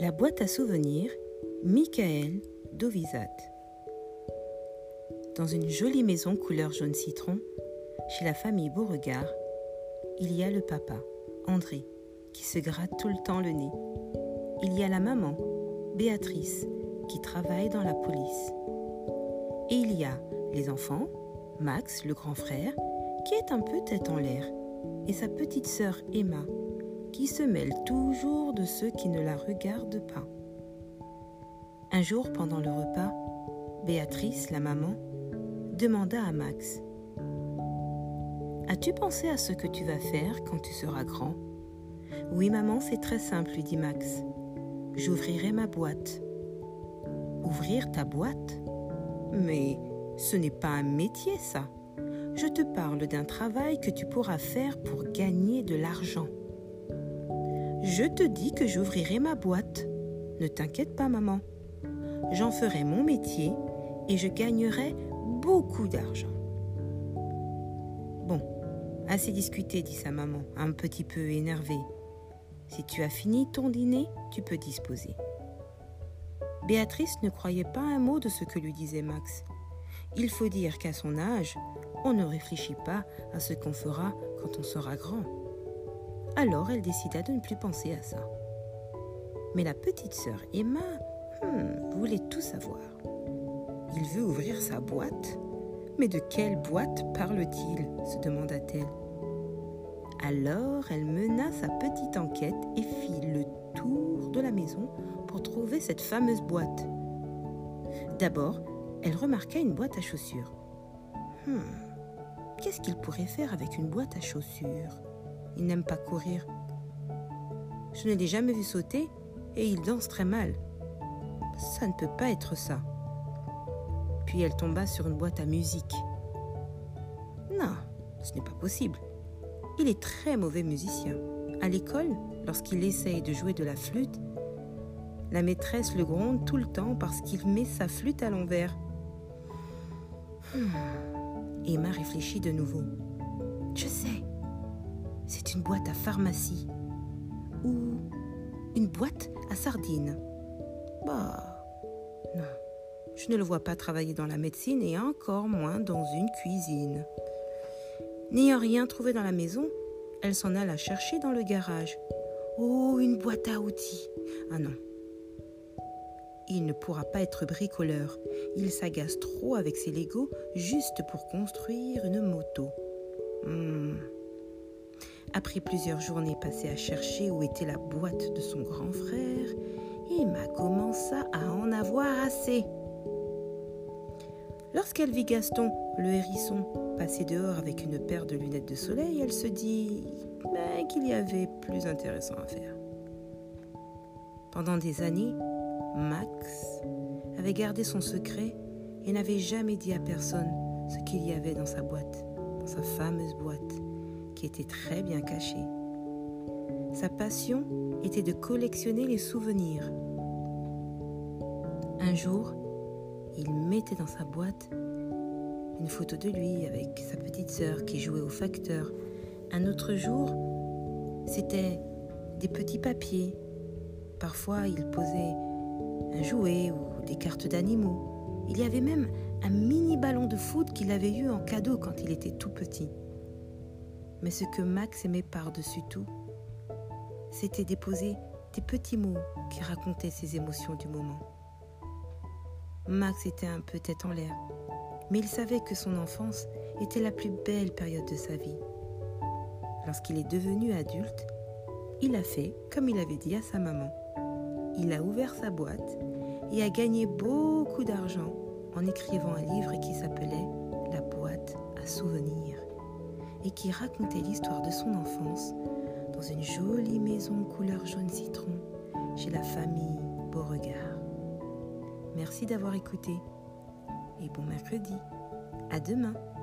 La boîte à souvenirs, Michael Dovizat. Dans une jolie maison couleur jaune citron, chez la famille Beauregard, il y a le papa, André, qui se gratte tout le temps le nez. Il y a la maman, Béatrice, qui travaille dans la police. Et il y a les enfants, Max, le grand frère, qui est un peu tête en l'air, et sa petite sœur Emma, qui se mêle toujours de ceux qui ne la regardent pas. Un jour, pendant le repas, Béatrice, la maman, demanda à Max : « As-tu pensé à ce que tu vas faire quand tu seras grand ? » ?»« Oui, maman, c'est très simple, lui dit Max. J'ouvrirai ma boîte. » »« Ouvrir ta boîte ? Mais ce n'est pas un métier, ça. Je te parle d'un travail que tu pourras faire pour gagner de l'argent. » »« Je te dis que j'ouvrirai ma boîte. Ne t'inquiète pas, maman. J'en ferai mon métier et je gagnerai beaucoup d'argent. » »« Bon, assez discuté, dit sa maman, un petit peu énervée. Si tu as fini ton dîner, tu peux disposer. Béatrice ne croyait pas un mot de ce que lui disait Max. Il faut dire qu'à son âge, on ne réfléchit pas à ce qu'on fera quand on sera grand. Alors elle décida de ne plus penser à ça. Mais la petite sœur Emma voulait tout savoir. Il veut ouvrir sa boîte ? Mais de quelle boîte parle-t-il ? Se demanda-t-elle. Alors elle mena sa petite enquête et fit le tour de la maison pour trouver cette fameuse boîte. D'abord, elle remarqua une boîte à chaussures. Qu'est-ce qu'il pourrait faire avec une boîte à chaussures ? Il n'aime pas courir. Je ne l'ai jamais vu sauter et il danse très mal. Ça ne peut pas être ça. Puis elle tomba sur une boîte à musique. Non, ce n'est pas possible. Il est très mauvais musicien. À l'école, lorsqu'il essaye de jouer de la flûte, la maîtresse le gronde tout le temps parce qu'il met sa flûte à l'envers. Emma réfléchit de nouveau. Je sais, c'est une boîte à pharmacie ou une boîte à sardines. Non, je ne le vois pas travailler dans la médecine et encore moins dans une cuisine. N'ayant rien trouvé dans la maison, elle s'en alla chercher dans le garage. Oh, une boîte à outils. Ah non. Il ne pourra pas être bricoleur. Il s'agace trop avec ses Legos juste pour construire une moto. Après plusieurs journées passées à chercher où était la boîte de son grand frère, Emma commença à en avoir assez. Lorsqu'elle vit Gaston, le hérisson, passer dehors avec une paire de lunettes de soleil, elle se dit qu'il y avait plus intéressant à faire. Pendant des années, Max avait gardé son secret et n'avait jamais dit à personne ce qu'il y avait dans sa boîte, dans sa fameuse boîte, qui était très bien cachée. Sa passion était de collectionner les souvenirs. Un jour, il mettait dans sa boîte une photo de lui avec sa petite sœur qui jouait au facteur. Un autre jour, c'était des petits papiers. Parfois, il posait un jouet ou des cartes d'animaux. Il y avait même un mini ballon de foot qu'il avait eu en cadeau quand il était tout petit. Mais ce que Max aimait par-dessus tout, c'était déposer des petits mots qui racontaient ses émotions du moment. Max était un peu tête en l'air, mais il savait que son enfance était la plus belle période de sa vie. Lorsqu'il est devenu adulte, il a fait comme il avait dit à sa maman. Il a ouvert sa boîte et a gagné beaucoup d'argent en écrivant un livre qui s'appelait « La boîte à souvenirs » et qui racontait l'histoire de son enfance dans une jolie maison couleur jaune citron chez la famille Beauregard. Merci d'avoir écouté et bon mercredi. À demain.